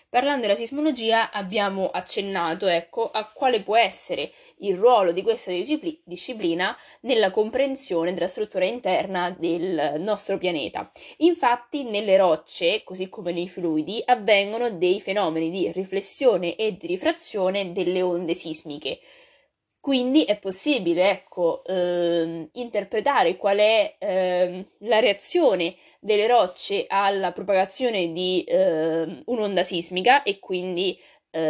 Parlando della sismologia abbiamo accennato, ecco, a quale può essere il ruolo di questa disciplina nella comprensione della struttura interna del nostro pianeta. Infatti, nelle rocce, così come nei fluidi, avvengono dei fenomeni di riflessione e di rifrazione delle onde sismiche. Quindi è possibile, ecco, interpretare qual è la reazione delle rocce alla propagazione di un'onda sismica e quindi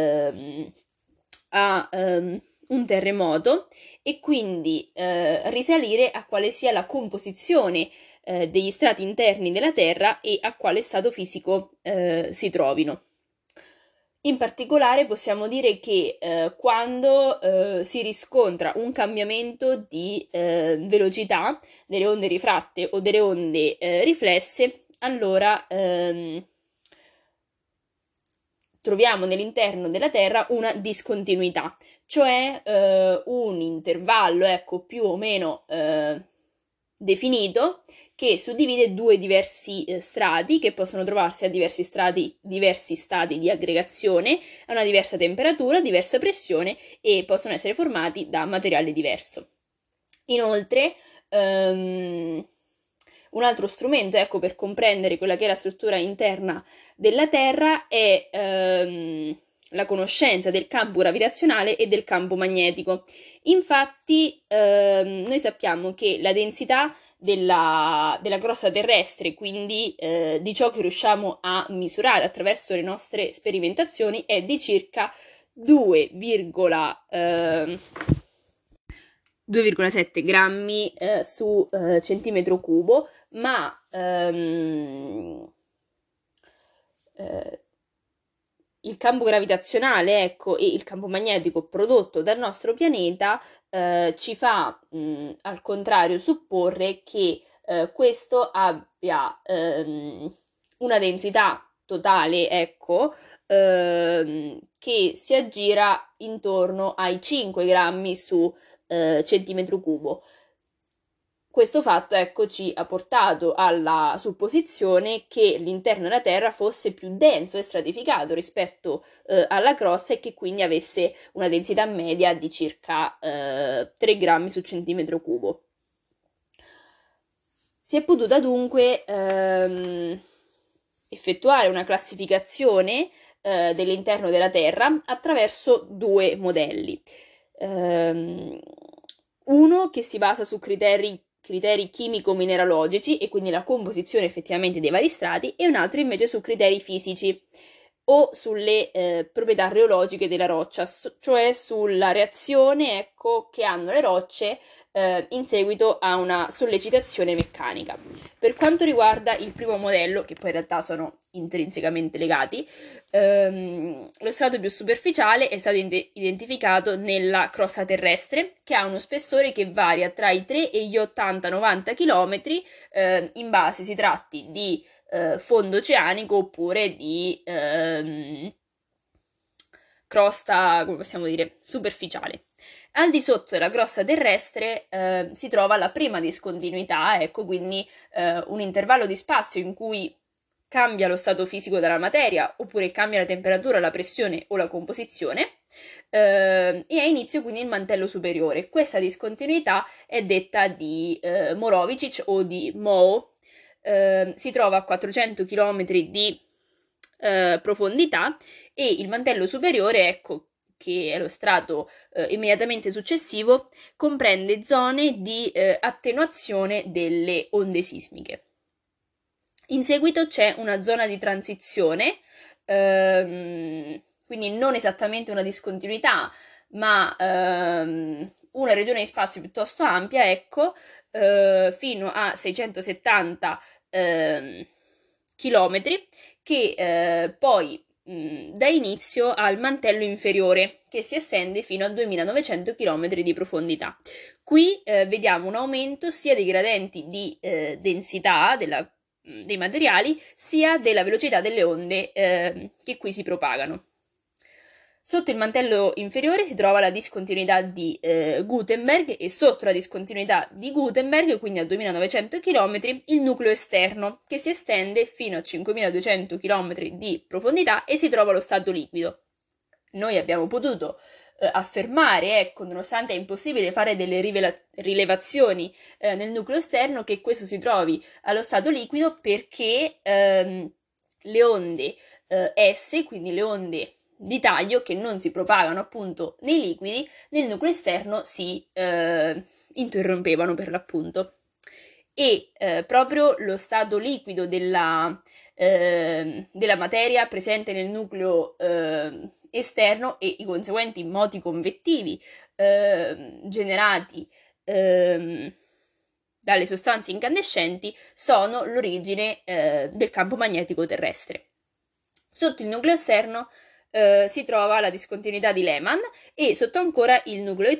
a un terremoto e quindi risalire a quale sia la composizione degli strati interni della Terra e a quale stato fisico si trovino. In particolare possiamo dire che quando si riscontra un cambiamento di velocità delle onde rifratte o delle onde riflesse, allora troviamo nell'interno della Terra una discontinuità, cioè un intervallo, ecco, più o meno definito che suddivide due diversi strati che possono trovarsi a diversi stati di aggregazione, a una diversa temperatura, diversa pressione e possono essere formati da materiale diverso. Inoltre, un altro strumento, ecco, per comprendere quella che è la struttura interna della Terra è la conoscenza del campo gravitazionale e del campo magnetico. Infatti, noi sappiamo che la densità della crosta terrestre, quindi di ciò che riusciamo a misurare attraverso le nostre sperimentazioni, è di circa 2,7 grammi su centimetro cubo, ma il campo gravitazionale, ecco, e il campo magnetico prodotto dal nostro pianeta ci fa, al contrario, supporre che questo abbia una densità totale, ecco, che si aggira intorno ai 5 grammi su centimetro cubo. Questo fatto, ecco, ci ha portato alla supposizione che l'interno della Terra fosse più denso e stratificato rispetto alla crosta e che quindi avesse una densità media di circa 3 grammi su centimetro cubo. Si è potuta dunque effettuare una classificazione dell'interno della Terra attraverso due modelli. Uno che si basa su criteri chimico-mineralogici e quindi la composizione effettivamente dei vari strati, e un altro invece su criteri fisici o sulle proprietà reologiche della roccia, cioè sulla reazione, ecco, che hanno le rocce in seguito a una sollecitazione meccanica. Per quanto riguarda il primo modello, che poi in realtà sono intrinsecamente legati, lo strato più superficiale è stato identificato nella crosta terrestre, che ha uno spessore che varia tra i 3 e gli 80-90 km, in base si tratti di fondo oceanico oppure di crosta, come possiamo dire, superficiale. Al di sotto della crosta terrestre si trova la prima discontinuità, ecco, quindi un intervallo di spazio in cui cambia lo stato fisico della materia, oppure cambia la temperatura, la pressione o la composizione, e ha inizio quindi il mantello superiore. Questa discontinuità è detta di Morovičić o di Moe, si trova a 400 km di profondità e il mantello superiore, ecco, che è lo strato immediatamente successivo, comprende zone di attenuazione delle onde sismiche. In seguito c'è una zona di transizione, quindi non esattamente una discontinuità, ma una regione di spazio piuttosto ampia, ecco, fino a 670 chilometri, che poi dà inizio al mantello inferiore, che si estende fino a 2900 km di profondità. Qui vediamo un aumento sia dei gradienti di densità dei materiali, sia della velocità delle onde che qui si propagano. Sotto il mantello inferiore si trova la discontinuità di Gutenberg e sotto la discontinuità di Gutenberg, quindi a 2900 km, il nucleo esterno che si estende fino a 5200 km di profondità e si trova allo stato liquido. Noi abbiamo potuto affermare, ecco, nonostante è impossibile fare delle rilevazioni nel nucleo esterno, che questo si trovi allo stato liquido perché le onde S, quindi le onde di taglio che non si propagano appunto nei liquidi, nel nucleo esterno si interrompevano per l'appunto. E proprio lo stato liquido della materia presente nel nucleo esterno e i conseguenti moti convettivi generati dalle sostanze incandescenti sono l'origine del campo magnetico terrestre. Sotto il nucleo esterno si trova la discontinuità di Lehmann e sotto ancora il nucleo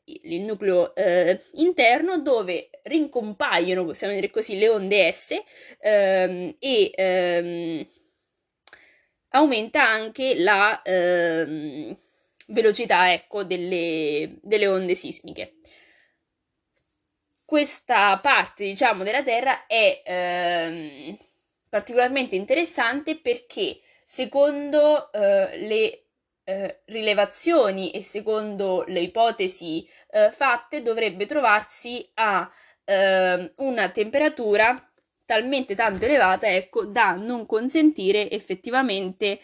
interno, dove rincompaiono, possiamo dire così, le onde S e aumenta anche la velocità, ecco, delle onde sismiche. Questa parte, diciamo, della Terra è particolarmente interessante perché secondo le rilevazioni e secondo le ipotesi fatte dovrebbe trovarsi a una temperatura talmente tanto elevata, ecco, da non consentire effettivamente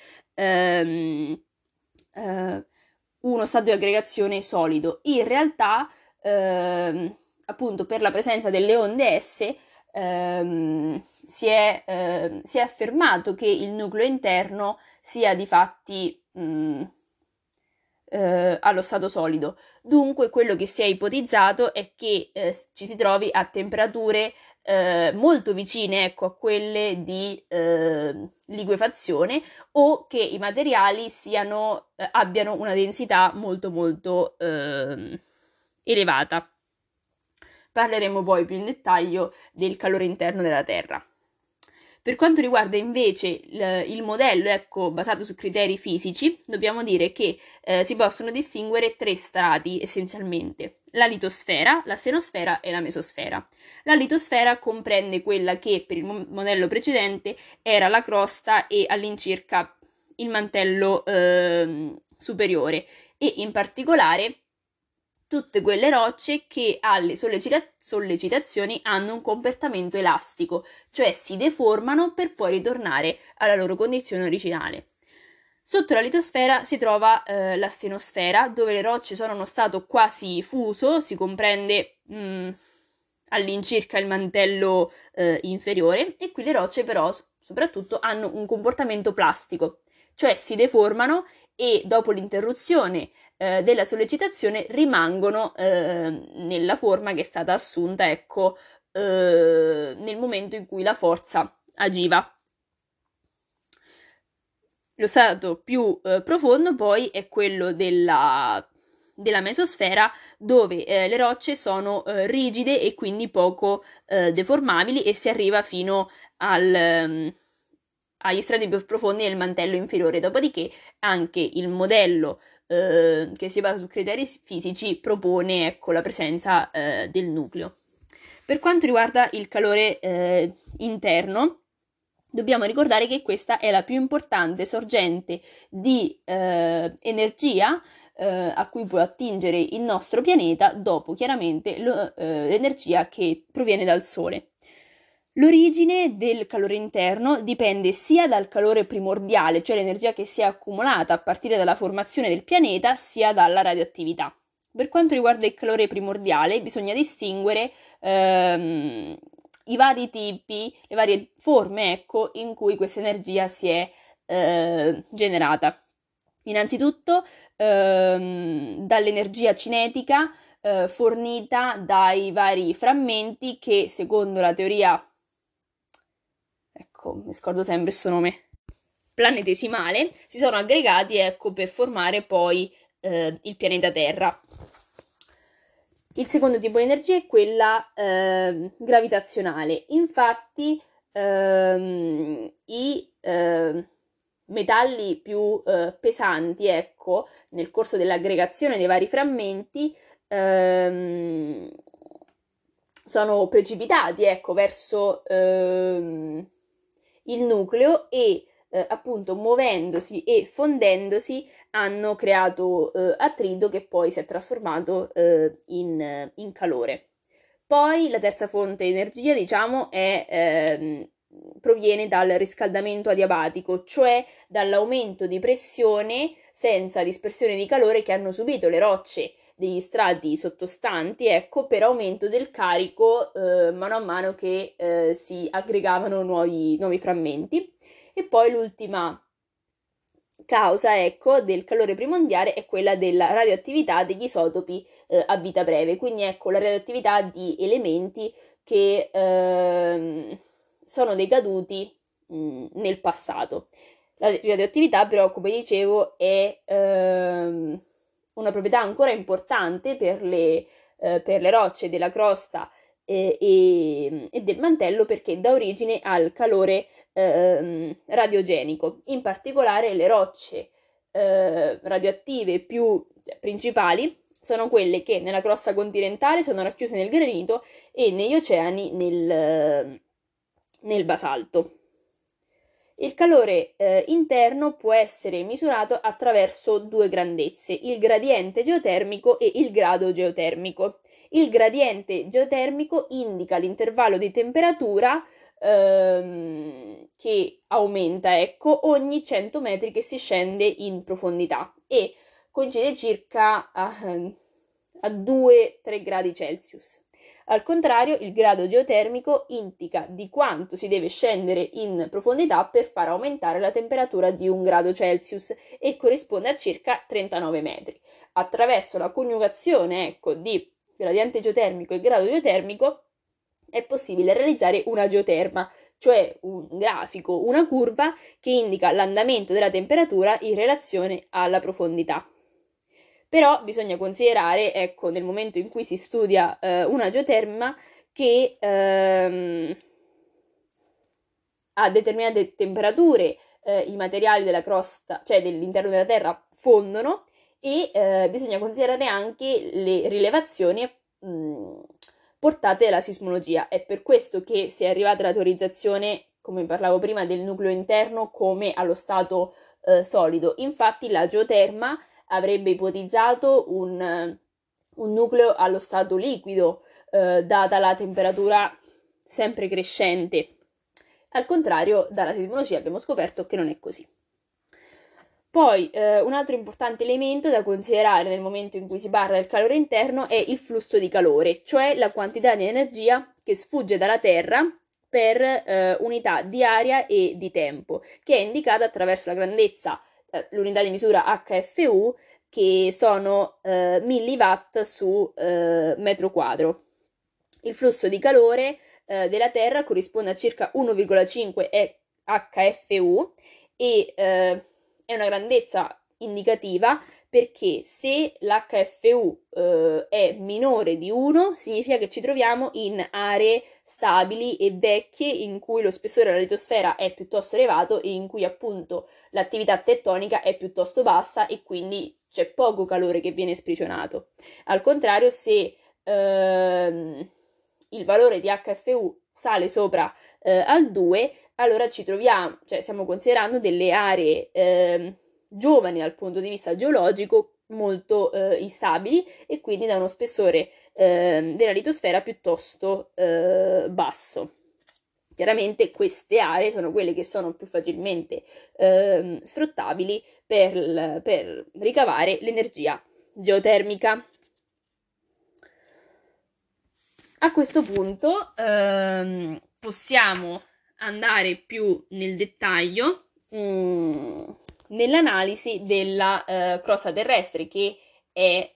uno stato di aggregazione solido. In realtà, appunto, per la presenza delle onde S, si è affermato che il nucleo interno sia di fatti allo stato solido. Dunque, quello che si è ipotizzato è che ci si trovi a temperature molto vicine, ecco, a quelle di liquefazione, o che i materiali abbiano una densità molto molto elevata. Parleremo poi più in dettaglio del calore interno della Terra. Per quanto riguarda invece il modello, ecco, basato su criteri fisici, dobbiamo dire che si possono distinguere 3 strati essenzialmente: la litosfera, la stenosfera e la mesosfera. La litosfera comprende quella che per il modello precedente era la crosta e all'incirca il mantello superiore, e in particolare tutte quelle rocce che alle sollecitazioni hanno un comportamento elastico, cioè si deformano per poi ritornare alla loro condizione originale. Sotto la litosfera si trova la stenosfera, dove le rocce sono in uno stato quasi fuso, si comprende all'incirca il mantello inferiore, e qui le rocce però soprattutto hanno un comportamento plastico, cioè si deformano e dopo l'interruzione della sollecitazione rimangono nella forma che è stata assunta, ecco, nel momento in cui la forza agiva. Lo stato più profondo poi è quello della mesosfera, dove le rocce sono rigide e quindi poco deformabili, e si arriva fino agli strati più profondi del mantello inferiore. Dopodiché anche il modello che si basa su criteri fisici propone, ecco, la presenza del nucleo. Per quanto riguarda il calore interno, dobbiamo ricordare che questa è la più importante sorgente di energia a cui può attingere il nostro pianeta, dopo chiaramente l'energia che proviene dal Sole. L'origine del calore interno dipende sia dal calore primordiale, cioè l'energia che si è accumulata a partire dalla formazione del pianeta, sia dalla radioattività. Per quanto riguarda il calore primordiale, bisogna distinguere i vari tipi, le varie forme, ecco, in cui questa energia si è generata. Innanzitutto dall'energia cinetica fornita dai vari frammenti che, secondo la teoria, ecco, mi scordo sempre questo nome, planetesimale, si sono aggregati, ecco, per formare poi il pianeta Terra. Il secondo tipo di energia è quella gravitazionale. Infatti i metalli più pesanti, ecco, nel corso dell'aggregazione dei vari frammenti, sono precipitati, ecco, verso il nucleo e appunto muovendosi e fondendosi hanno creato attrito che poi si è trasformato in calore. Poi la terza fonte di energia, diciamo, proviene dal riscaldamento adiabatico, cioè dall'aumento di pressione senza dispersione di calore che hanno subito le rocce degli strati sottostanti, ecco, per aumento del carico mano a mano che si aggregavano nuovi frammenti. E poi l'ultima causa, ecco, del calore primordiale è quella della radioattività degli isotopi a vita breve, quindi ecco la radioattività di elementi che sono decaduti nel passato. La radioattività però, come dicevo, è una proprietà ancora importante per le rocce della crosta e del mantello perché dà origine al calore radiogenico. In particolare le rocce radioattive più principali sono quelle che nella crosta continentale sono racchiuse nel granito e negli oceani nel basalto. Il calore interno può essere misurato attraverso due grandezze, il gradiente geotermico e il grado geotermico. Il gradiente geotermico indica l'intervallo di temperatura che aumenta, ecco, ogni 100 metri che si scende in profondità e coincide circa a 2-3 gradi Celsius. Al contrario, il grado geotermico indica di quanto si deve scendere in profondità per far aumentare la temperatura di 1 grado Celsius e corrisponde a circa 39 metri. Attraverso la coniugazione, ecco, di gradiente geotermico e grado geotermico è possibile realizzare una geoterma, cioè un grafico, una curva che indica l'andamento della temperatura in relazione alla profondità. Però bisogna considerare, ecco, nel momento in cui si studia una geoterma, che a determinate temperature i materiali della crosta, cioè dell'interno della Terra, fondono e bisogna considerare anche le rilevazioni portate dalla sismologia. È per questo che si è arrivata alla teorizzazione, come parlavo prima, del nucleo interno come allo stato solido. Infatti la geoterma avrebbe ipotizzato un nucleo allo stato liquido, data la temperatura sempre crescente. Al contrario, dalla sismologia abbiamo scoperto che non è così. Poi, un altro importante elemento da considerare nel momento in cui si parla del calore interno è il flusso di calore, cioè la quantità di energia che sfugge dalla Terra per unità di area e di tempo, che è indicata attraverso la grandezza, l'unità di misura HFU, che sono milliwatt su metro quadro. Il flusso di calore della Terra corrisponde a circa 1,5 HFU e è una grandezza indicativa perché se l'HFU è minore di 1 significa che ci troviamo in aree stabili e vecchie in cui lo spessore della litosfera è piuttosto elevato e in cui appunto l'attività tettonica è piuttosto bassa e quindi c'è poco calore che viene sprigionato. Al contrario, se il valore di HFU sale sopra al 2, allora ci troviamo, cioè stiamo considerando delle aree giovani dal punto di vista geologico molto instabili e quindi da uno spessore della litosfera piuttosto basso. Chiaramente queste aree sono quelle che sono più facilmente sfruttabili per ricavare l'energia geotermica. A questo punto possiamo andare più nel dettaglio nell'analisi della crosta terrestre, che è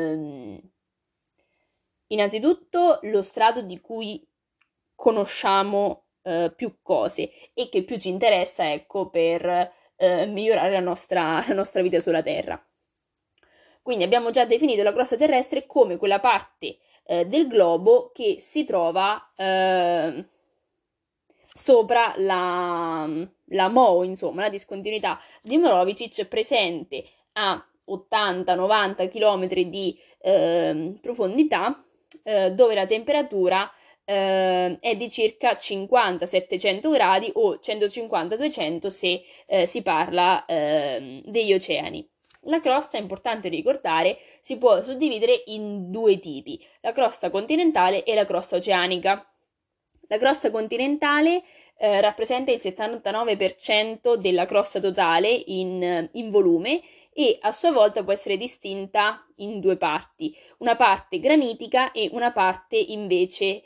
innanzitutto lo strato di cui conosciamo più cose e che più ci interessa, ecco, per migliorare la nostra vita sulla Terra. Quindi abbiamo già definito la crosta terrestre come quella parte del globo che si trova sopra la MOO, insomma, la discontinuità di Morovičić è presente a 80-90 km di profondità, dove la temperatura è di circa 50-700 gradi o 150-200 se si parla degli oceani. La crosta, è importante ricordare, si può suddividere in due tipi, la crosta continentale e la crosta oceanica. La crosta continentale rappresenta il 79% della crosta totale in volume e a sua volta può essere distinta in due parti, una parte granitica e una parte invece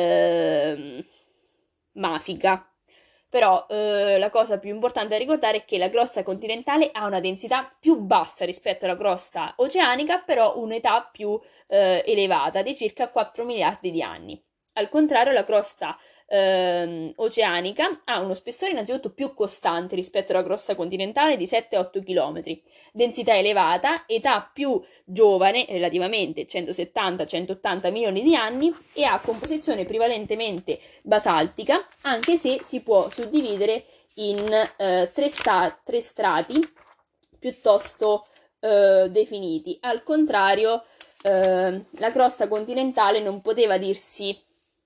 mafica. Però la cosa più importante da ricordare è che la crosta continentale ha una densità più bassa rispetto alla crosta oceanica, però un'età più elevata di circa 4 miliardi di anni. Al contrario, la crosta oceanica ha uno spessore innanzitutto più costante rispetto alla crosta continentale di 7-8 km, densità elevata, età più giovane relativamente 170-180 milioni di anni e ha composizione prevalentemente basaltica, anche se si può suddividere in tre strati piuttosto definiti. Al contrario, la crosta continentale non poteva dirsi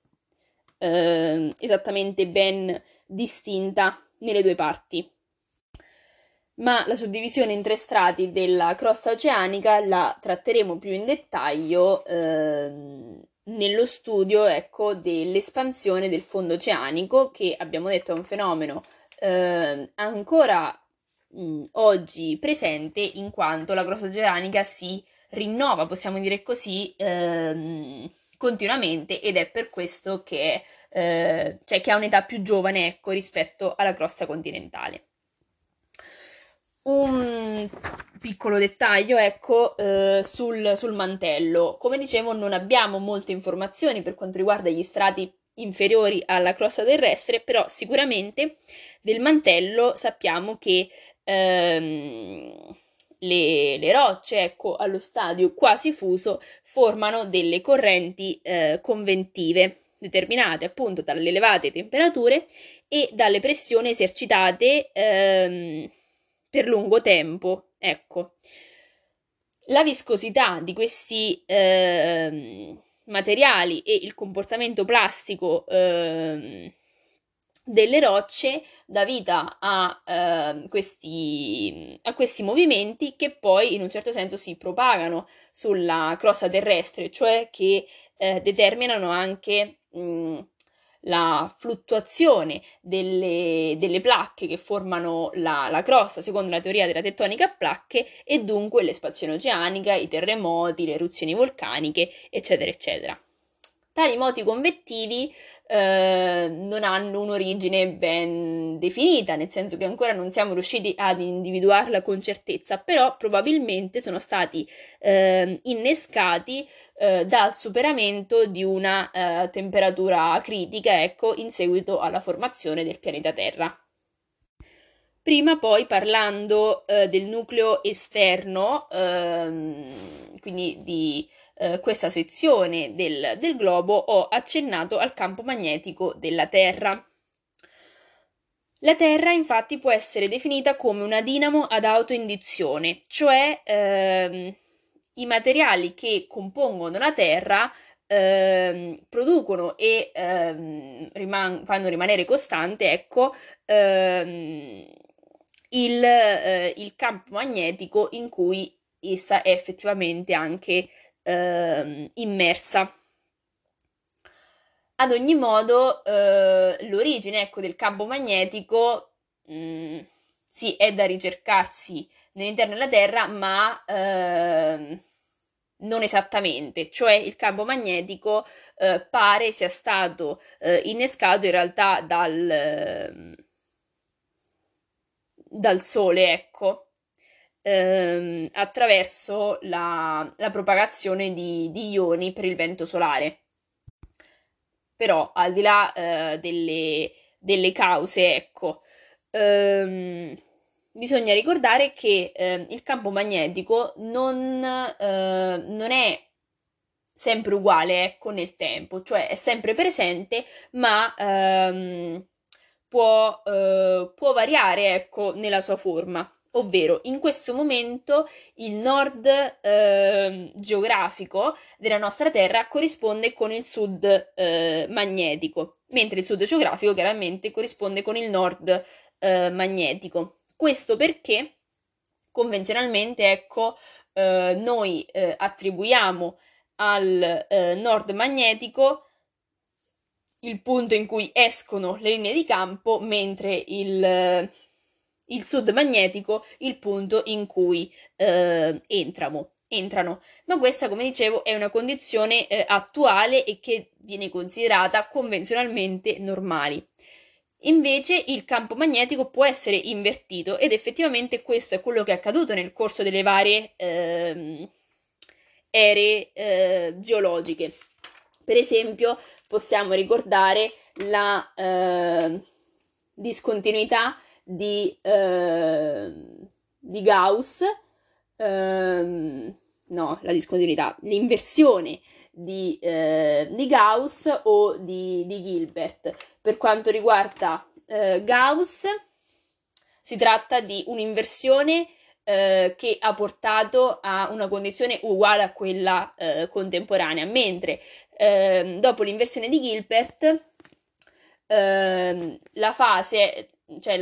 esattamente ben distinta nelle due parti. Ma la suddivisione in tre strati della crosta oceanica la tratteremo più in dettaglio nello studio, ecco, dell'espansione del fondo oceanico, che abbiamo detto è un fenomeno ancora oggi presente, in quanto la crosta oceanica si rinnova, possiamo dire così, continuamente, ed è per questo che, cioè, che ha un'età più giovane, ecco, rispetto alla crosta continentale. Un piccolo dettaglio, ecco, sul mantello. Come dicevo, non abbiamo molte informazioni per quanto riguarda gli strati inferiori alla crosta terrestre, però sicuramente del mantello sappiamo che le rocce, ecco, allo stadio quasi fuso, formano delle correnti convettive, determinate appunto dalle elevate temperature e dalle pressioni esercitate per lungo tempo. Ecco, la viscosità di questi materiali e il comportamento plastico delle rocce dà vita a questi movimenti che poi in un certo senso si propagano sulla crosta terrestre, cioè che determinano anche la fluttuazione delle placche che formano la crosta secondo la teoria della tettonica a placche e dunque l'espansione oceanica, i terremoti, le eruzioni vulcaniche, eccetera, eccetera. Tali moti convettivi non hanno un'origine ben definita, nel senso che ancora non siamo riusciti ad individuarla con certezza, però probabilmente sono stati innescati dal superamento di una temperatura critica, ecco, in seguito alla formazione del pianeta Terra. Prima poi parlando del nucleo esterno, quindi di questa sezione del globo, ho accennato al campo magnetico della Terra. La Terra infatti può essere definita come una dinamo ad autoinduzione, cioè i materiali che compongono la Terra producono e fanno rimanere costante, ecco, il campo magnetico in cui essa è effettivamente anche immersa. Ad ogni modo, l'origine, ecco, del campo magnetico, sì, è da ricercarsi nell'interno della Terra, ma non esattamente. Cioè, il campo magnetico pare sia stato innescato in realtà dal Sole, ecco, attraverso la propagazione di ioni per il vento solare. Però al di là delle cause, ecco, bisogna ricordare che il campo magnetico non è sempre uguale, ecco, nel tempo, cioè è sempre presente, ma può variare, ecco, nella sua forma. Ovvero, in questo momento il nord geografico della nostra Terra corrisponde con il sud magnetico, mentre il sud geografico chiaramente corrisponde con il nord magnetico. Questo perché convenzionalmente, ecco, noi attribuiamo al nord magnetico il punto in cui escono le linee di campo, mentre il sud magnetico il punto in cui entrano. Ma questa, come dicevo, è una condizione attuale e che viene considerata convenzionalmente normale. Invece il campo magnetico può essere invertito ed effettivamente questo è quello che è accaduto nel corso delle varie ere geologiche. Per esempio, possiamo ricordare la discontinuità di Gauss, no, la discontinuità, l'inversione di Gauss o di Gilbert. Per quanto riguarda Gauss, si tratta di un'inversione che ha portato a una condizione uguale a quella contemporanea, mentre dopo l'inversione di Gilbert la fase, cioè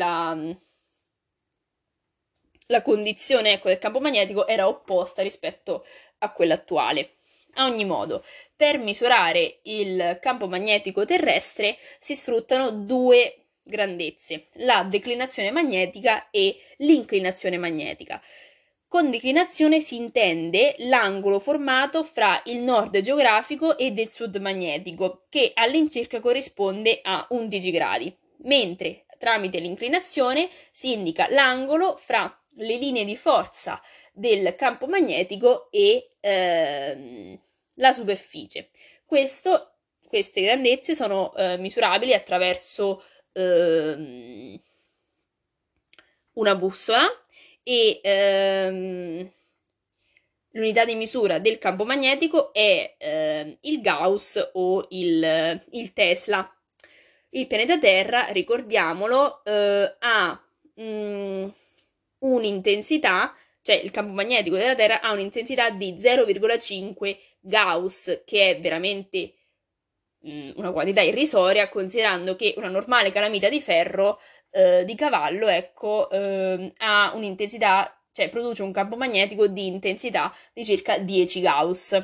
la condizione, ecco, del campo magnetico era opposta rispetto a quella attuale. A ogni modo, per misurare il campo magnetico terrestre si sfruttano due grandezze, la declinazione magnetica e l'inclinazione magnetica. Con declinazione si intende l'angolo formato fra il nord geografico e il sud magnetico, che all'incirca corrisponde a 11 gradi, mentre tramite l'inclinazione si indica l'angolo fra le linee di forza del campo magnetico e la superficie. Queste grandezze sono misurabili attraverso una bussola e l'unità di misura del campo magnetico è il Gauss o il Tesla. Il pianeta Terra, ricordiamolo, ha un'intensità, cioè il campo magnetico della Terra ha un'intensità di 0,5 Gauss, che è veramente una quantità irrisoria, considerando che una normale calamita di ferro di cavallo, ecco, ha un'intensità, cioè produce un campo magnetico di intensità di circa 10 Gauss.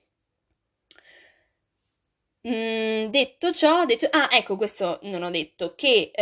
Detto ciò, ecco, questo non ho detto, che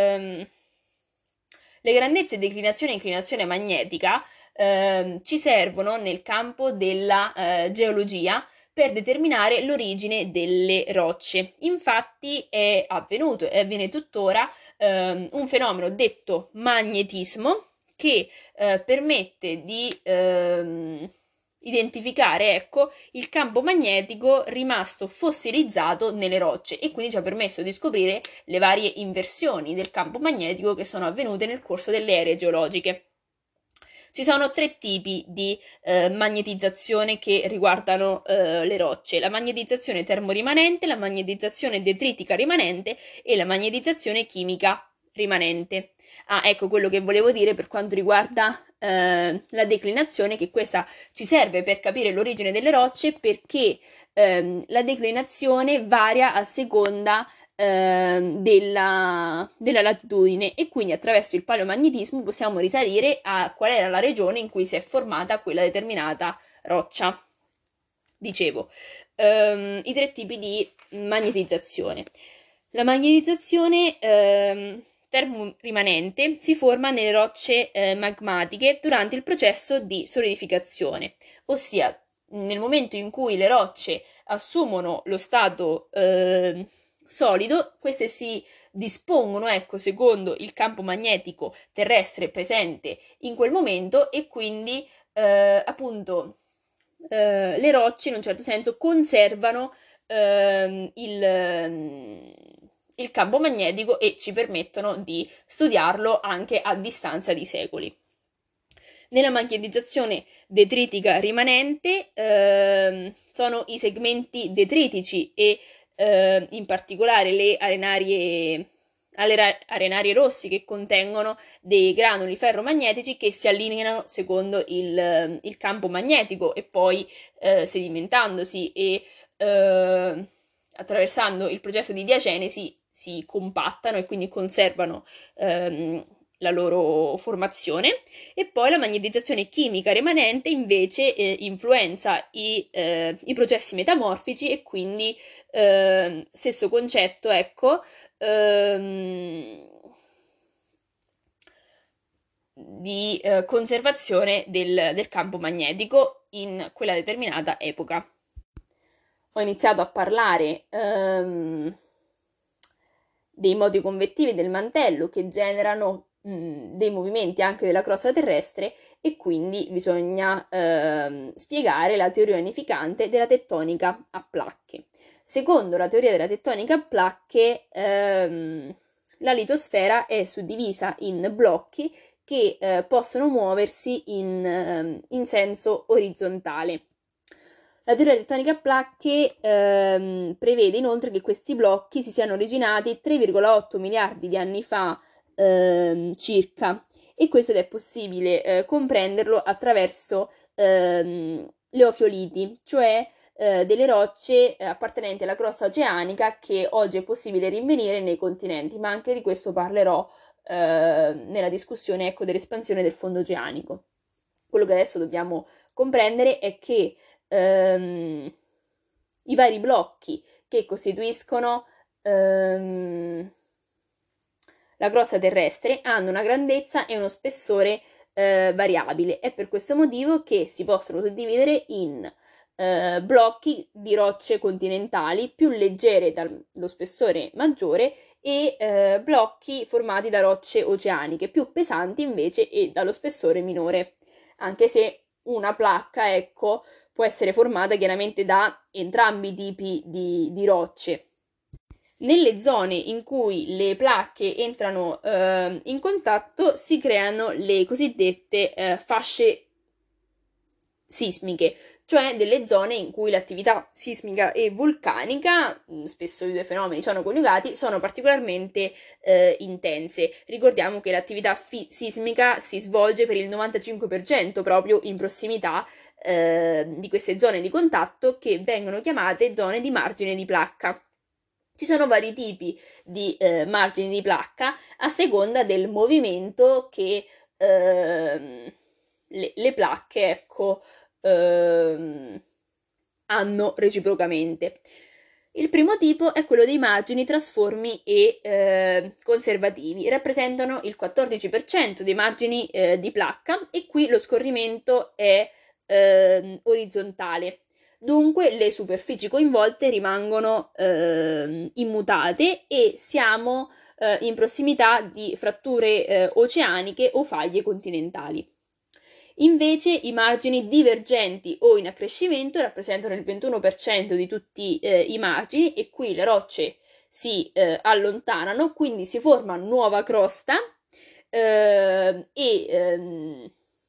le grandezze di declinazione e inclinazione magnetica ci servono nel campo della geologia per determinare l'origine delle rocce. Infatti è avvenuto e avviene tuttora un fenomeno detto magnetismo che permette di identificare, ecco, il campo magnetico rimasto fossilizzato nelle rocce e quindi ci ha permesso di scoprire le varie inversioni del campo magnetico che sono avvenute nel corso delle ere geologiche. Ci sono tre tipi di magnetizzazione che riguardano le rocce: la magnetizzazione termorimanente, la magnetizzazione detritica rimanente e la magnetizzazione chimica rimanente. Ah, ecco quello che volevo dire per quanto riguarda la declinazione, che questa ci serve per capire l'origine delle rocce, perché la declinazione varia a seconda della latitudine e quindi attraverso il paleomagnetismo possiamo risalire a qual era la regione in cui si è formata quella determinata roccia. Dicevo, i tre tipi di magnetizzazione. La magnetizzazione termorimanente si forma nelle rocce magmatiche durante il processo di solidificazione, ossia nel momento in cui le rocce assumono lo stato solido, queste si dispongono, ecco, secondo il campo magnetico terrestre presente in quel momento e quindi appunto le rocce in un certo senso conservano il campo magnetico e ci permettono di studiarlo anche a distanza di secoli. Nella magnetizzazione detritica rimanente sono i segmenti detritici e in particolare le arenarie alle arenarie rossi che contengono dei granuli ferromagnetici che si allineano secondo il campo magnetico e poi sedimentandosi e attraversando il processo di diagenesi si compattano e quindi conservano la loro formazione. E poi la magnetizzazione chimica rimanente invece influenza i processi metamorfici e quindi stesso concetto, ecco, di conservazione del campo magnetico in quella determinata epoca. Ho iniziato a parlare dei modi convettivi del mantello che generano dei movimenti anche della crosta terrestre e quindi bisogna spiegare la teoria unificante della tettonica a placche. Secondo la teoria della tettonica a placche, la litosfera è suddivisa in blocchi che possono muoversi in senso orizzontale. La teoria tettonica a placche prevede inoltre che questi blocchi si siano originati 3,8 miliardi di anni fa circa, e questo è possibile comprenderlo attraverso le ofioliti, cioè delle rocce appartenenti alla crosta oceanica che oggi è possibile rinvenire nei continenti, ma anche di questo parlerò nella discussione, ecco, dell'espansione del fondo oceanico. Quello che adesso dobbiamo comprendere è che i vari blocchi che costituiscono la crosta terrestre hanno una grandezza e uno spessore variabile. È per questo motivo che si possono suddividere in blocchi di rocce continentali più leggere dallo spessore maggiore e blocchi formati da rocce oceaniche più pesanti invece e dallo spessore minore, anche se una placca, ecco, può essere formata chiaramente da entrambi i tipi di rocce. Nelle zone in cui le placche entrano in contatto si creano le cosiddette fasce sismiche, cioè delle zone in cui l'attività sismica e vulcanica, spesso i due fenomeni sono coniugati, sono particolarmente intense. Ricordiamo che l'attività sismica si svolge per il 95% proprio in prossimità di queste zone di contatto che vengono chiamate zone di margine di placca. Ci sono vari tipi di margini di placca a seconda del movimento che le placche, ecco, hanno reciprocamente. Il primo tipo è quello dei margini trasformi e conservativi, rappresentano il 14% dei margini di placca e qui lo scorrimento è orizzontale. Dunque le superfici coinvolte rimangono immutate e siamo in prossimità di fratture oceaniche o faglie continentali. Invece i margini divergenti o in accrescimento rappresentano il 21% di tutti i margini e qui le rocce si allontanano, quindi si forma nuova crosta e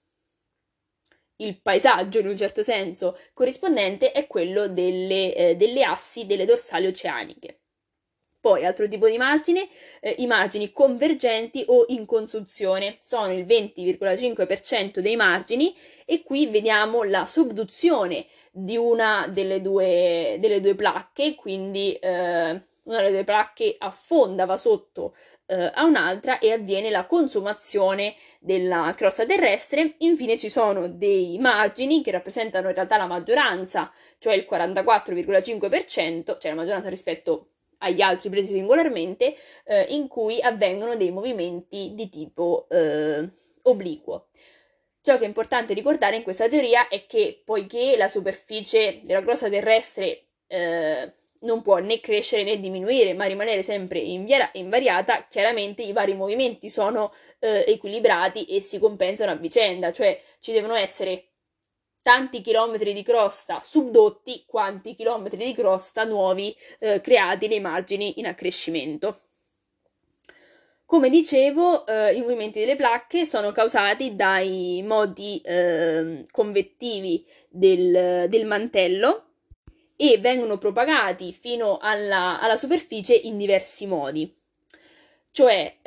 il paesaggio in un certo senso corrispondente è quello delle assi delle dorsali oceaniche. Poi, altro tipo di margine, i margini convergenti o in consunzione, sono il 20,5% dei margini e qui vediamo la subduzione di una delle due placche, quindi una delle due placche affonda, va sotto a un'altra e avviene la consumazione della crosta terrestre. Infine ci sono dei margini che rappresentano in realtà la maggioranza, cioè il 44,5%, cioè la maggioranza rispetto agli altri presi singolarmente, in cui avvengono dei movimenti di tipo obliquo. Ciò che è importante ricordare in questa teoria è che poiché la superficie della crosta terrestre non può né crescere né diminuire, ma rimanere sempre invariata, chiaramente i vari movimenti sono equilibrati e si compensano a vicenda, cioè ci devono essere tanti chilometri di crosta subdotti quanti chilometri di crosta nuovi creati nei margini in accrescimento. Come dicevo, i movimenti delle placche sono causati dai modi convettivi del mantello e vengono propagati fino alla superficie in diversi modi. cioè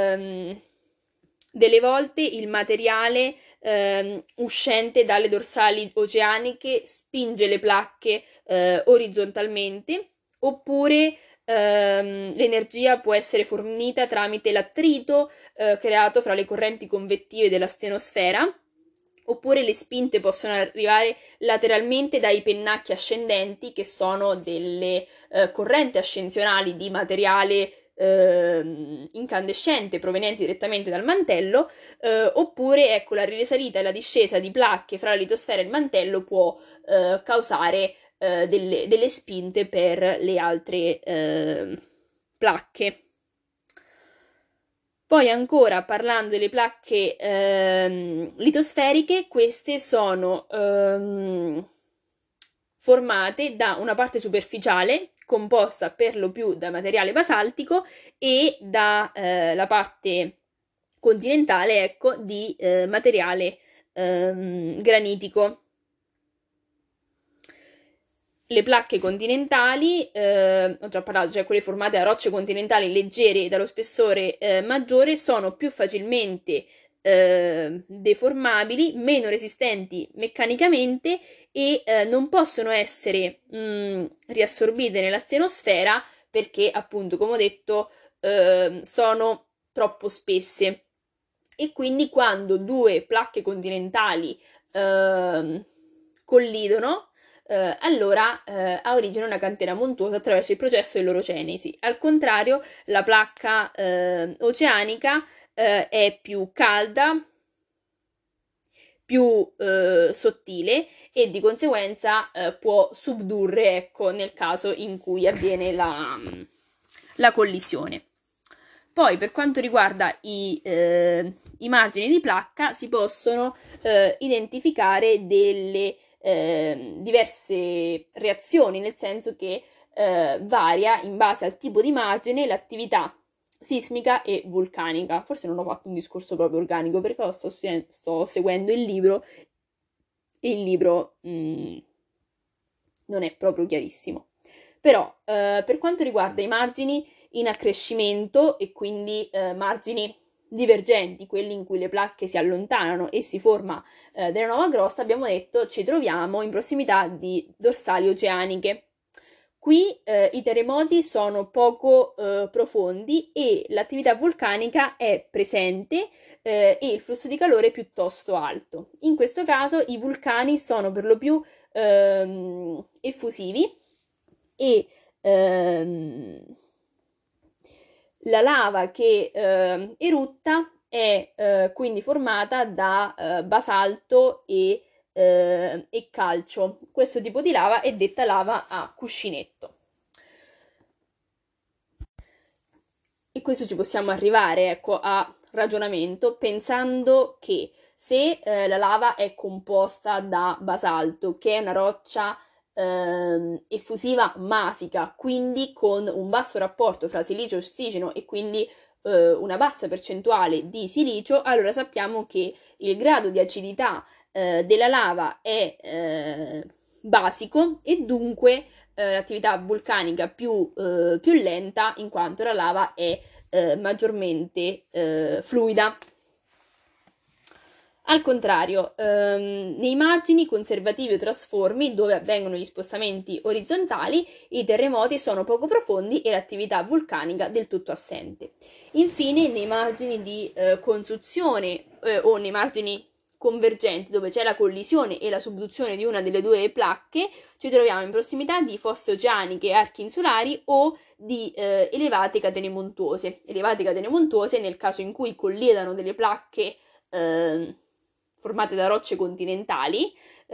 delle volte il materiale uscente dalle dorsali oceaniche spinge le placche orizzontalmente, oppure l'energia può essere fornita tramite l'attrito creato fra le correnti convettive della stenosfera, oppure le spinte possono arrivare lateralmente dai pennacchi ascendenti, che sono delle correnti ascensionali di materiale incandescente provenienti direttamente dal mantello, oppure ecco la risalita e la discesa di placche fra la litosfera e il mantello può causare delle spinte per le altre placche. Poi ancora parlando delle placche litosferiche, queste sono formate da una parte superficiale composta per lo più da materiale basaltico e da la parte continentale, ecco, di materiale granitico. Le placche continentali, ho già parlato, cioè quelle formate da rocce continentali leggere e dallo spessore maggiore, sono più facilmente deformabili, meno resistenti meccanicamente e non possono essere riassorbite nella stenosfera perché, appunto, come ho detto, sono troppo spesse. E quindi quando due placche continentali collidono, allora ha origine una catena montuosa attraverso il processo dell'orogenesi. Al contrario, la placca oceanica è più calda, più sottile e di conseguenza può subdurre, ecco, nel caso in cui avviene la collisione. Poi, per quanto riguarda i margini di placca, si possono identificare delle diverse reazioni, nel senso che varia in base al tipo di margine l'attività sismica e vulcanica. Forse non ho fatto un discorso proprio organico perché sto seguendo il libro e il libro non è proprio chiarissimo. Però per quanto riguarda i margini in accrescimento e quindi margini divergenti, quelli in cui le placche si allontanano e si forma della nuova crosta, abbiamo detto ci troviamo in prossimità di dorsali oceaniche. Qui i terremoti sono poco profondi e l'attività vulcanica è presente e il flusso di calore è piuttosto alto. In questo caso i vulcani sono per lo più effusivi e la lava che erutta è quindi formata da basalto e calcio. Questo tipo di lava è detta lava a cuscinetto. E questo ci possiamo arrivare, ecco, a ragionamento pensando che se la lava è composta da basalto, che è una roccia effusiva mafica, quindi con un basso rapporto fra silicio e ossigeno e quindi una bassa percentuale di silicio, allora sappiamo che il grado di acidità della lava è basico e dunque l'attività vulcanica più lenta in quanto la lava è maggiormente fluida. Al contrario, nei margini conservativi o trasformi, dove avvengono gli spostamenti orizzontali, i terremoti sono poco profondi e l'attività vulcanica del tutto assente. Infine, nei margini di consuzione o nei margini convergenti, dove c'è la collisione e la subduzione di una delle due placche, ci troviamo in prossimità di fosse oceaniche e archi insulari o di elevate catene montuose. Elevate catene montuose nel caso in cui collidano delle placche formate da rocce continentali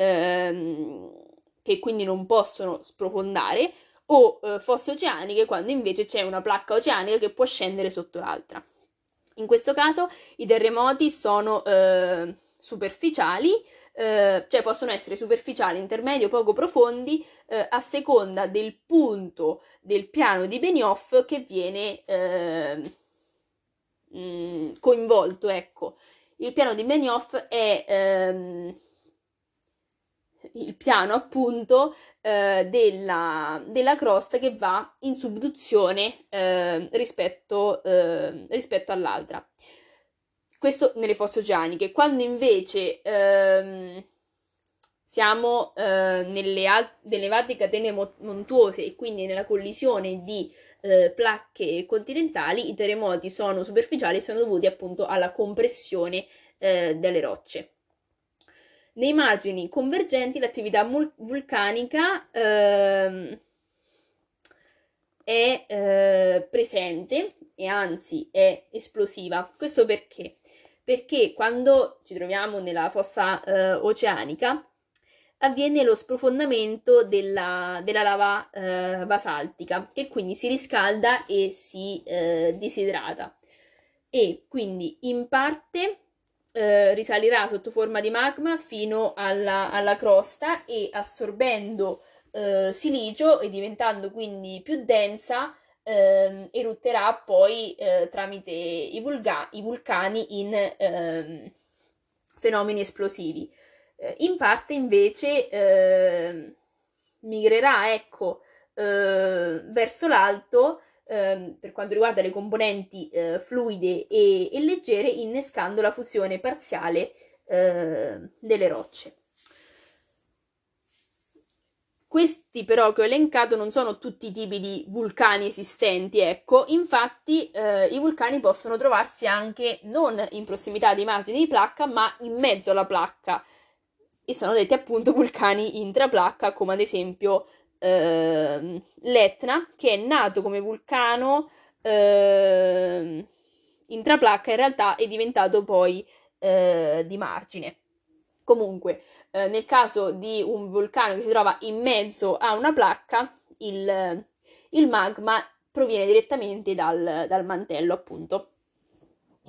che quindi non possono sprofondare, o fosse oceaniche quando invece c'è una placca oceanica che può scendere sotto l'altra. In questo caso i terremoti sono superficiali, cioè possono essere superficiali, intermedi o poco profondi a seconda del punto del piano di Benioff che viene coinvolto, ecco. Il piano di Benioff è il piano appunto della crosta che va in subduzione rispetto all'altra. Questo nelle fosse oceaniche. Quando invece siamo nelle elevate catene montuose e quindi nella collisione di placche continentali, i terremoti sono superficiali e sono dovuti appunto alla compressione delle rocce. Nei margini convergenti l'attività vulcanica è presente e anzi è esplosiva. Questo perché? Perché quando ci troviamo nella fossa oceanica avviene lo sprofondamento della lava basaltica, che quindi si riscalda e si disidrata e quindi in parte risalirà sotto forma di magma fino alla crosta e assorbendo silicio e diventando quindi più densa erutterà poi tramite i vulcani in fenomeni esplosivi. In parte invece migrerà, ecco, verso l'alto per quanto riguarda le componenti fluide e leggere, innescando la fusione parziale delle rocce. Questi però che ho elencato non sono tutti i tipi di vulcani esistenti, ecco, infatti i vulcani possono trovarsi anche non in prossimità dei margini di placca, ma in mezzo alla placca, e sono detti appunto vulcani intraplacca, come ad esempio l'Etna, che è nato come vulcano intraplacca, in realtà è diventato poi di margine. Comunque, nel caso di un vulcano che si trova in mezzo a una placca, il magma proviene direttamente dal mantello, appunto.